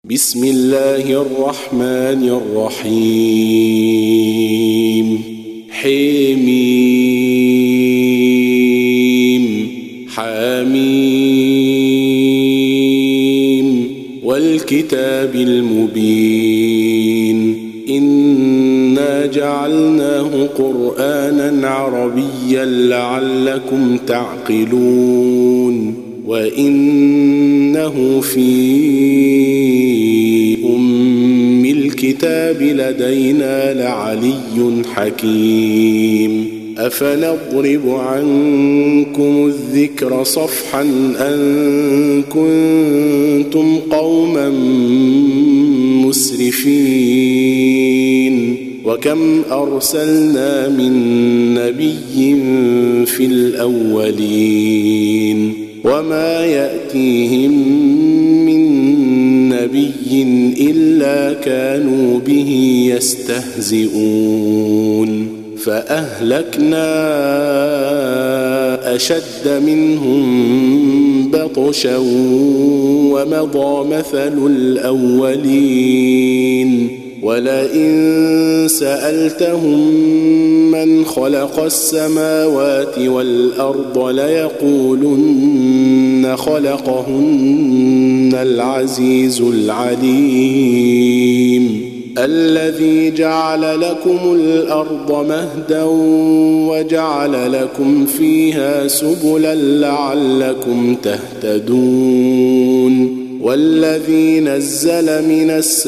بسم الله الرحمن الرحيم حميم حميم والكتاب المبين إنا جعلناه قرآنا عربيا لعلكم تعقلون وإنه في أم الكتاب لدينا لعلي حكيم أفنضرب عنكم الذكر صفحا أن كنتم قوما مسرفين وكم أرسلنا من نبي في الأولين وما يأتيهم من نبي إلا كانوا به يستهزئون فأهلكنا أشد منهم بطشا ومضى مثل الأولين ولئن سألتهم من خلق السماوات والأرض ليقولن خلقهن العزيز العليم الذي جعل لكم الأرض مهدا وجعل لكم فيها سبلا لعلكم تهتدون والذي نزل من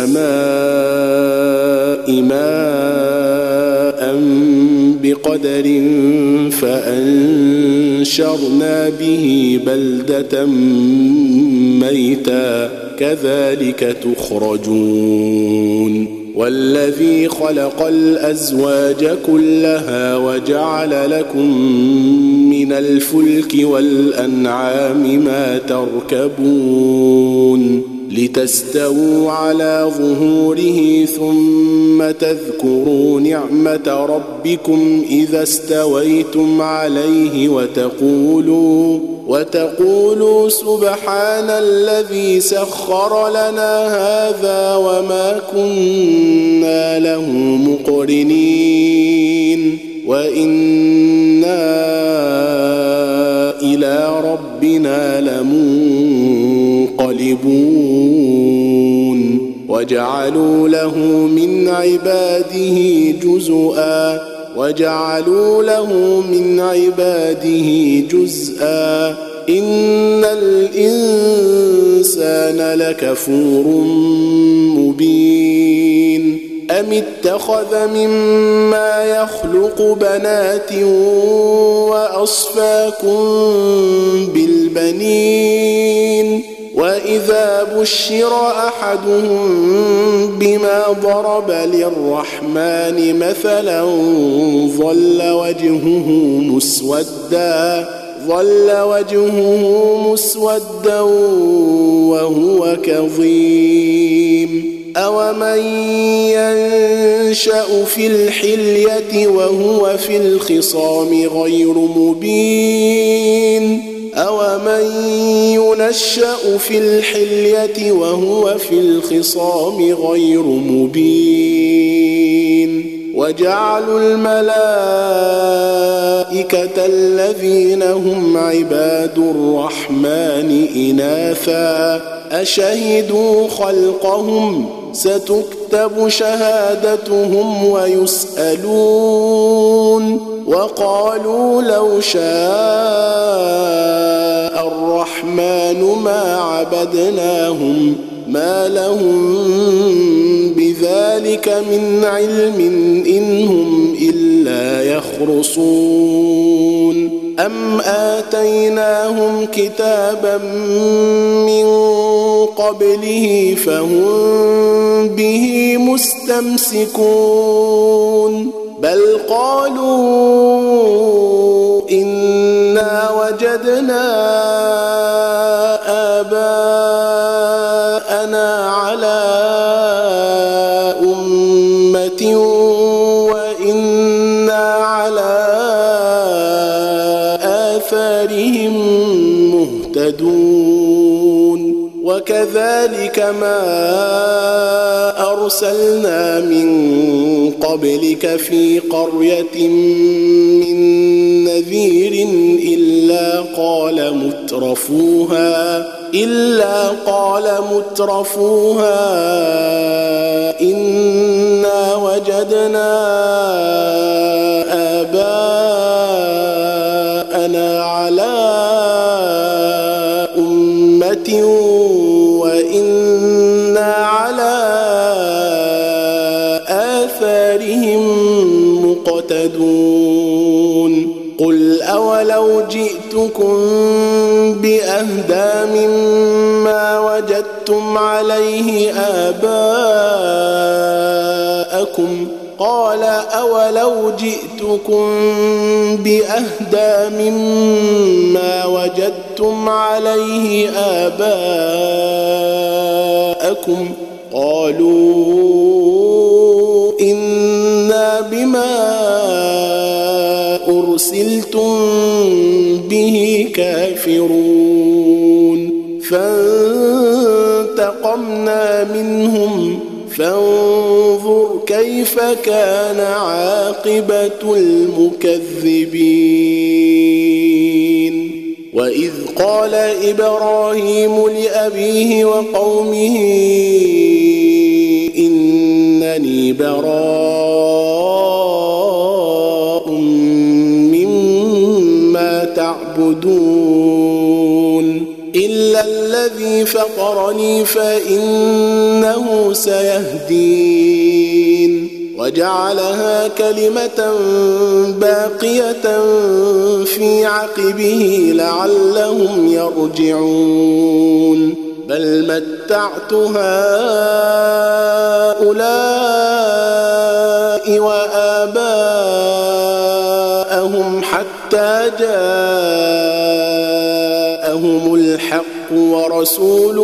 السماء ماء بقدر فأنشرنا به بلدة ميتا كذلك تخرجون والذي خلق الأزواج كلها وجعل لكم من الفلك والأنعام ما تركبون لتستووا على ظهوره ثم تذكروا نعمة ربكم إذا استويتم عليه وتقولوا سبحان الذي سخر لنا هذا وما كنا له مقرنين وإنا إلى ربنا لمنقلبون وجعلوا له من عباده جزءا إن الإنسان لكفور مبين أم اتخذ مما يخلق بنات وأصفاكم بالبنين وإذا بشر أحدهم بما ضرب للرحمن مثلا ظل وجهه مسودا وهو كظيم أومن ينشأ في الحلية وهو في الخصام غير مبين أومن ينشأ في الحلية وهو في الخصام غير مبين وجعلوا الملائكة الذين هم عباد الرحمن إناثا أشهدوا خلقهم ستكتب شهادتهم ويسألون وقالوا لو شاء الرحمن ما عبدناهم ما لهم بذلك من علم إن هم إلا يخرصون أم آتيناهم كتابا من قبله فهم به مستمسكون بل قالوا إنا وجدنا آباءنا على أمة وإنا على آثارهم مهتدون وكذلك ما أرسلنا من قبلك في قرية من نذير إلا قال مترفوها إنا وجدنا آباءنا على أمة وإنا على آثارهم مقتدون قل أولو جئتكم بأهدى مما وجدتم عليه آباءكم قال أولو جئتكم بأهدى مما وجدتم عليه آباءكم قالوا إنا بما أرسلتم به كافرون فانتقمنا منهم فانظر كيف كان عاقبة المكذبين وإذ قال إبراهيم لأبيه وقومه إنني براء مما تعبدون إلا الذي فطرني فإنه سيهدين وجعلها كلمة باقية في عقبه لعلهم يرجعون بل متعت هؤلاء وآباءهم حتى جاءهم الحق ورسول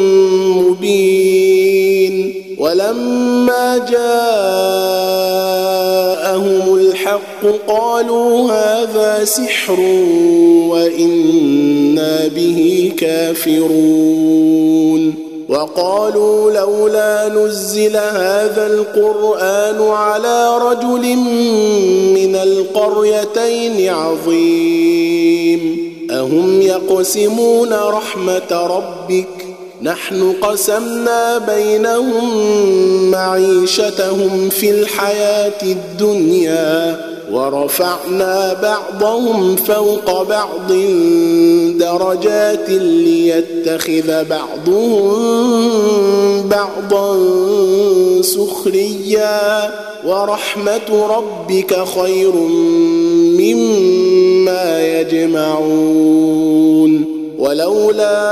مبين ولما جاءهم الحق قالوا هذا سحر وإنا به كافرون وقالوا لولا نزل هذا القرآن على رجل من القريتين عظيم أهم يقسمون رحمة ربك نحن قسمنا بينهم معيشتهم في الحياة الدنيا ورفعنا بعضهم فوق بعض درجات ليتخذ بعضهم بعضا سخريا ورحمة ربك خير مما يجمعون ولولا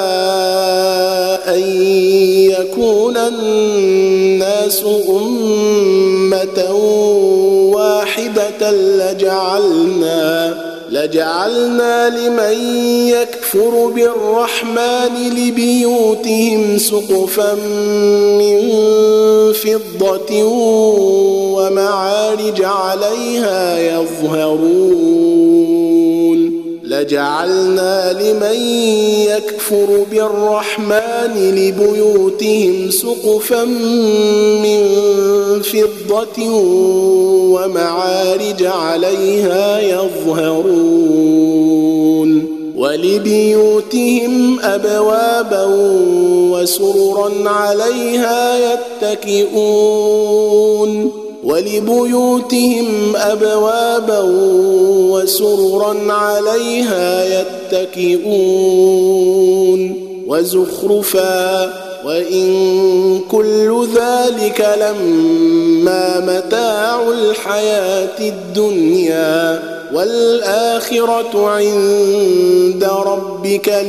أن يكون الناس أمة واحدة لجعلنا لمن يكفر بالرحمن لبيوتهم سقفا من فضة ومعارج عليها يظهرون لجعلنا لمن يكفر بالرحمن لبيوتهم سقفا من فضة ومعارج عليها يظهرون ولبيوتهم أبوابا وسررا عليها يتكئون ولبيوتهم أبوابا وسررا عليها يتكئون وزخرفا وإن كل ذلك لما متاع الحياة الدنيا والآخرة عند ربك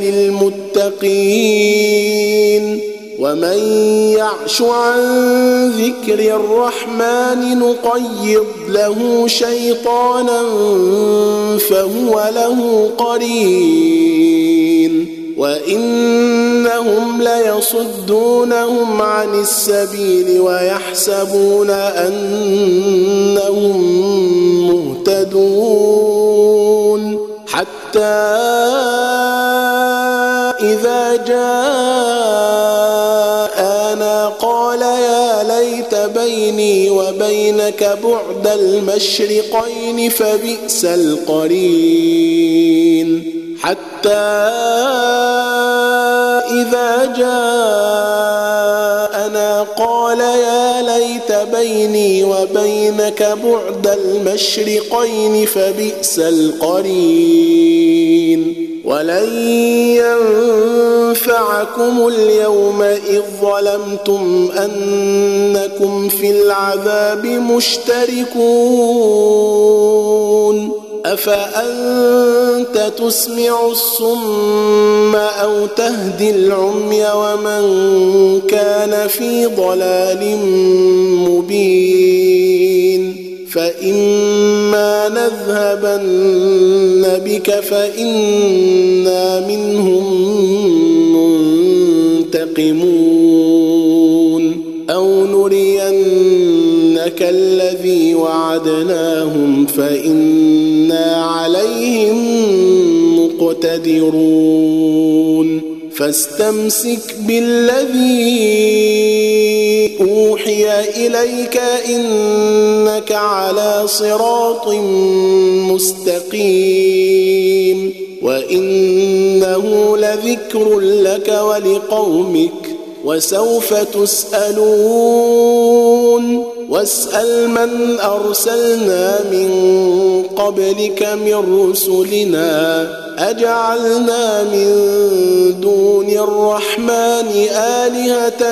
للمتقين ومن يعش عن ذكر الرحمن نقيض له شيطانا فهو له قرين وإنهم ليصدونهم عن السبيل ويحسبون أنهم مهتدون حتى إذا جاءوا جاءنا قال يا ليت بيني وبينك بعد المشرقين فبئس القرين حتى إذا جاءنا قال يا ليت بيني وبينك بعد المشرقين فبئس القرين ولن ينفعكم اليوم إذ ظلمتم أنكم في العذاب مشتركون أفأنت تسمع الصم أو تهدي العمي ومن كان في ضلال مبين فإما نذهبن بك فإنا منهم منتقمون أو نرينك الذي وعدناهم فإنا عليهم مقتدرون فاستمسك بالذي أوحي إليك إنك على صراط مستقيم وإنه لذكر لك ولقومك وسوف تسألون واسأل من أرسلنا من قبلك من رسلنا أجعلنا من دون الرحمن آلهة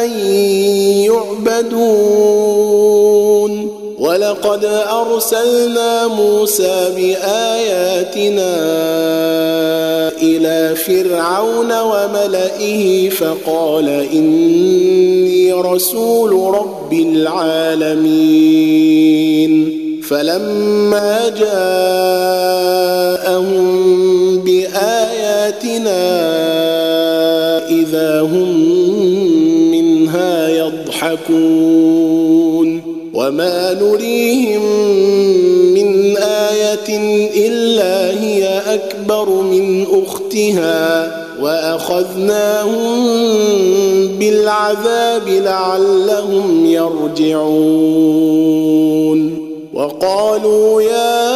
يعبدون ولقد أرسلنا موسى بآياتنا إلى فرعون وملئه فقال إني رسول رب العالمين فلما جاءهم بآياتنا إذا هم منها يضحكون وما نريهم من آية إلا هي أكبر من أختها وأخذناهم بالعذاب لعلهم يرجعون وقالوا يا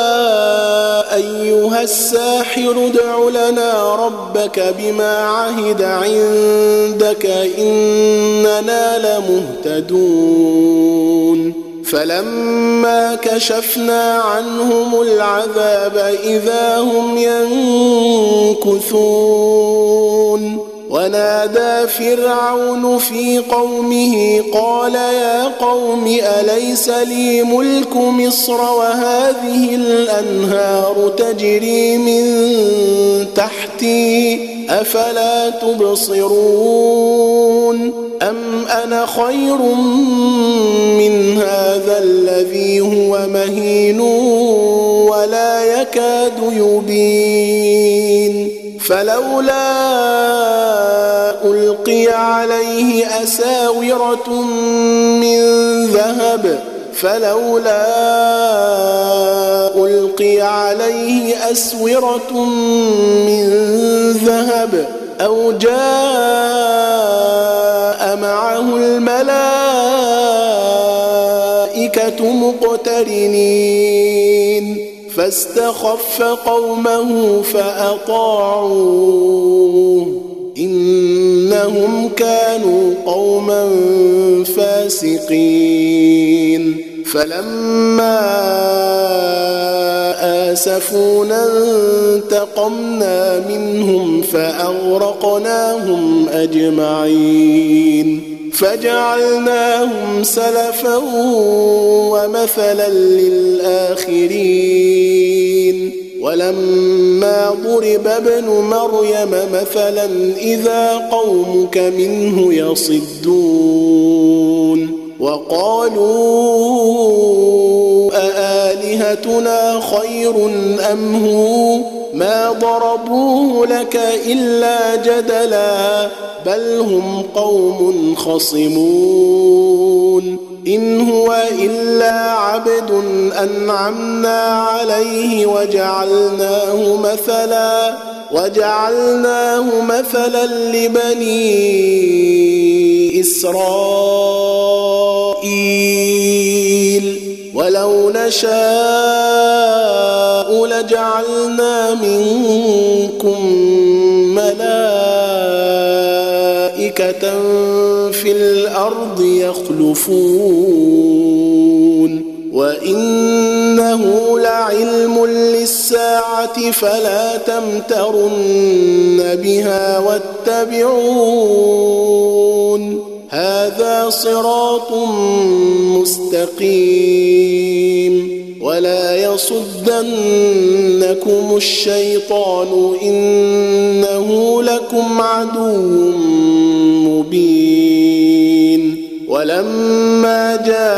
أيها الساحر ادع لنا ربك بما عهد عندك إننا لمهتدون فلما كشفنا عنهم العذاب إذا هم ينكثون ونادى فرعون في قومه قال يا قوم أليس لي ملك مصر وهذه الأنهار تجري من تحتي أفلا تبصرون أم أنا خير من هذا الذي هو مهين ولا يكاد يبين فلولا ألقي عليه أساورة من ذهب أو جاء معه الملائكة مقترنين فاستخف قومه فأطاعوه إنهم كانوا قوما فاسقين فلما آسفونا انتقمنا منهم فأغرقناهم أجمعين فجعلناهم سلفا ومثلا للآخرين ولما ضرب ابن مريم مثلا إذا قومك منه يصدون وقالوا أآلهتنا خير أم هو ما ضربوه لك إلا جدلا بل هم قوم خصمون إن هو إلا عبد أنعمنا عليه وجعلناه مثلا لبني إسرائيل ولو نشاء لجعلنا منكم ملائكة في الأرض يخلفون وإنه لعلم للساعة فلا تمترن بها واتبعون هذا صراط مستقيم ولا يصدنكم الشيطان إنه لكم عدو مبين ولما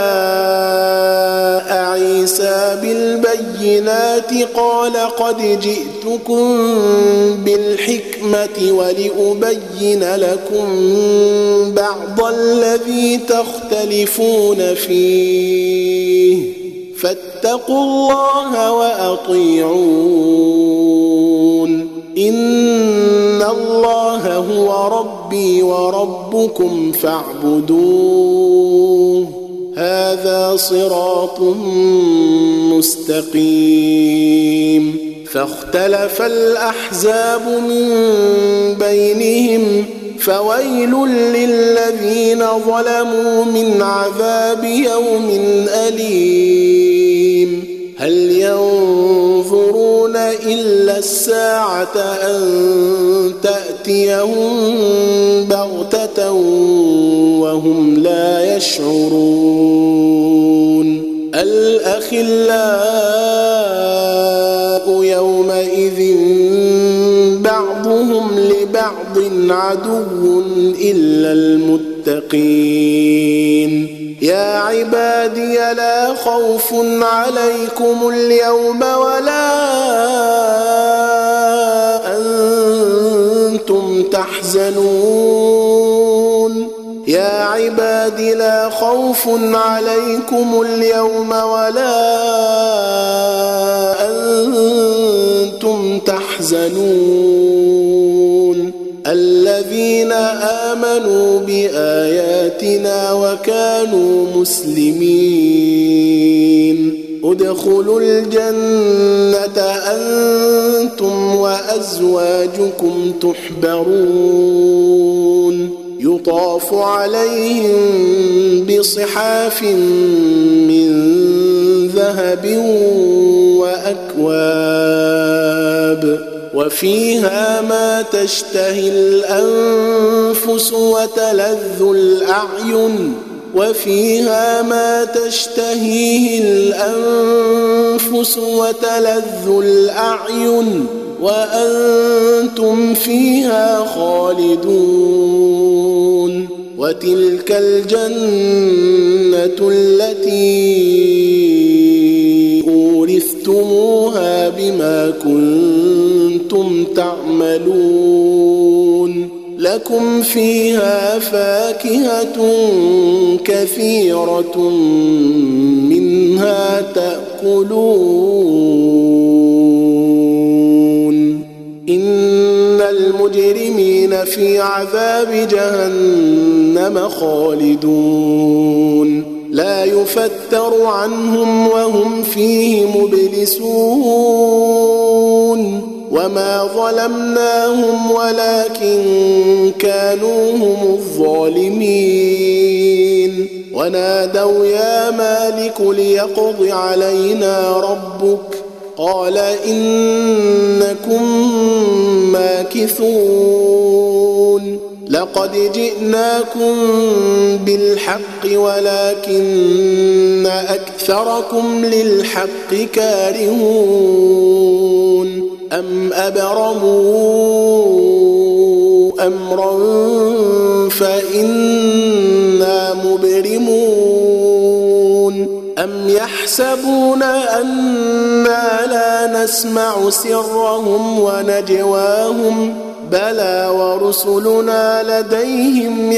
جاء عيسى بالبينات قال قد جئتكم بالحكمة ولأبين لكم بعض الذي تختلفون فيه فاتقوا الله وأطيعون إن الله هو ربي وربكم فاعبدوه هذا صراط مستقيم فاختلف الأحزاب من بينهم فويل للذين ظلموا من عذاب يوم أليم هل ينظرون إلا الساعة أن تأتيهم بغتة وهم لا يشعرون الأخلاء يومئذ بعضهم لبعض عدو إلا المتقين يا عبادي لا خوف عليكم اليوم ولا أنتم تحزنون يا عبادي لا خوف عليكم اليوم ولا أنتم تحزنون الذين آمنوا بآياتنا وكانوا مسلمين ادخلوا الجنة أنتم وأزواجكم تحبرون يطاف عليهم بصحاف من ذهب وأكواب وفيها ما تشتهي الأنفس وتلذ الأعين وفيها ما تشتهيه الأنفس وتلذ الأعين وأنتم فيها خالدون وتلك الجنة التي أورثتموها بما كنتم تعملون لكم فيها فاكهة كثيرة منها تأكلون إن المجرمين في عذاب جهنم خالدون لا يفتر عنهم وهم فيه مبلسون وما ظلمناهم ولكن كانوا هم الظالمين ونادوا يا مالك ليقض علينا ربك قال إنكم ماكثون لقد جئناكم بالحق ولكن أكثركم للحق كارهون أم أبرموا أمرا فإنا مبرمون أم يحسبون أنا لا نسمع سرهم ونجواهم بلى ورسلنا لديهم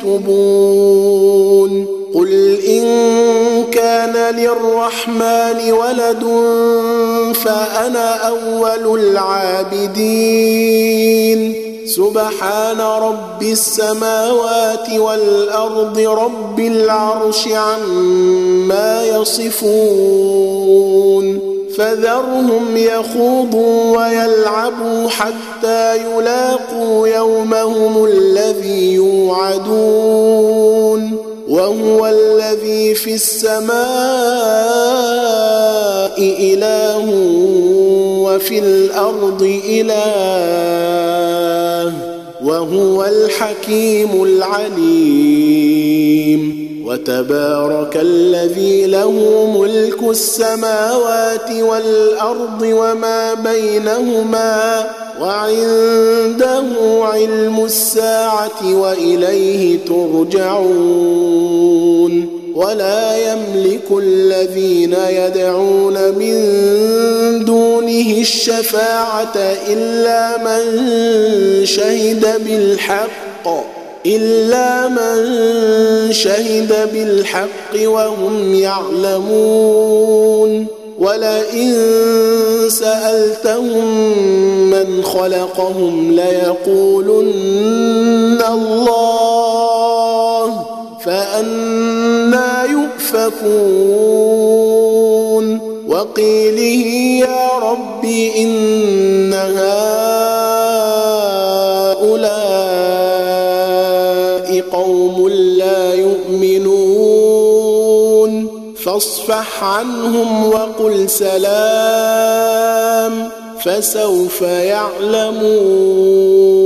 يكتبون قل إن كان للرحمن ولد فأنا أول العابدين سبحان رب السماوات والأرض رب العرش عما يصفون فذرهم يخوضوا ويلعبوا حتى يلاقوا يومهم الذي يوعدون وهو الذي في السماء إله وفي الأرض إله وهو الحكيم العليم وتبارك الذي له ملك السماوات والأرض وما بينهما وعنده علم الساعة وإليه ترجعون ولا يملك الذين يدعون من دونه الشفاعة إلا من شهد بالحق وهم يعلمون ولئن سألتهم من خلقهم ليقولن الله فأنى يؤفكون وقيله يا رب إن هؤلاء قوم لا يؤمنون فاصفح عنهم وقل سلام فسوف يعلمون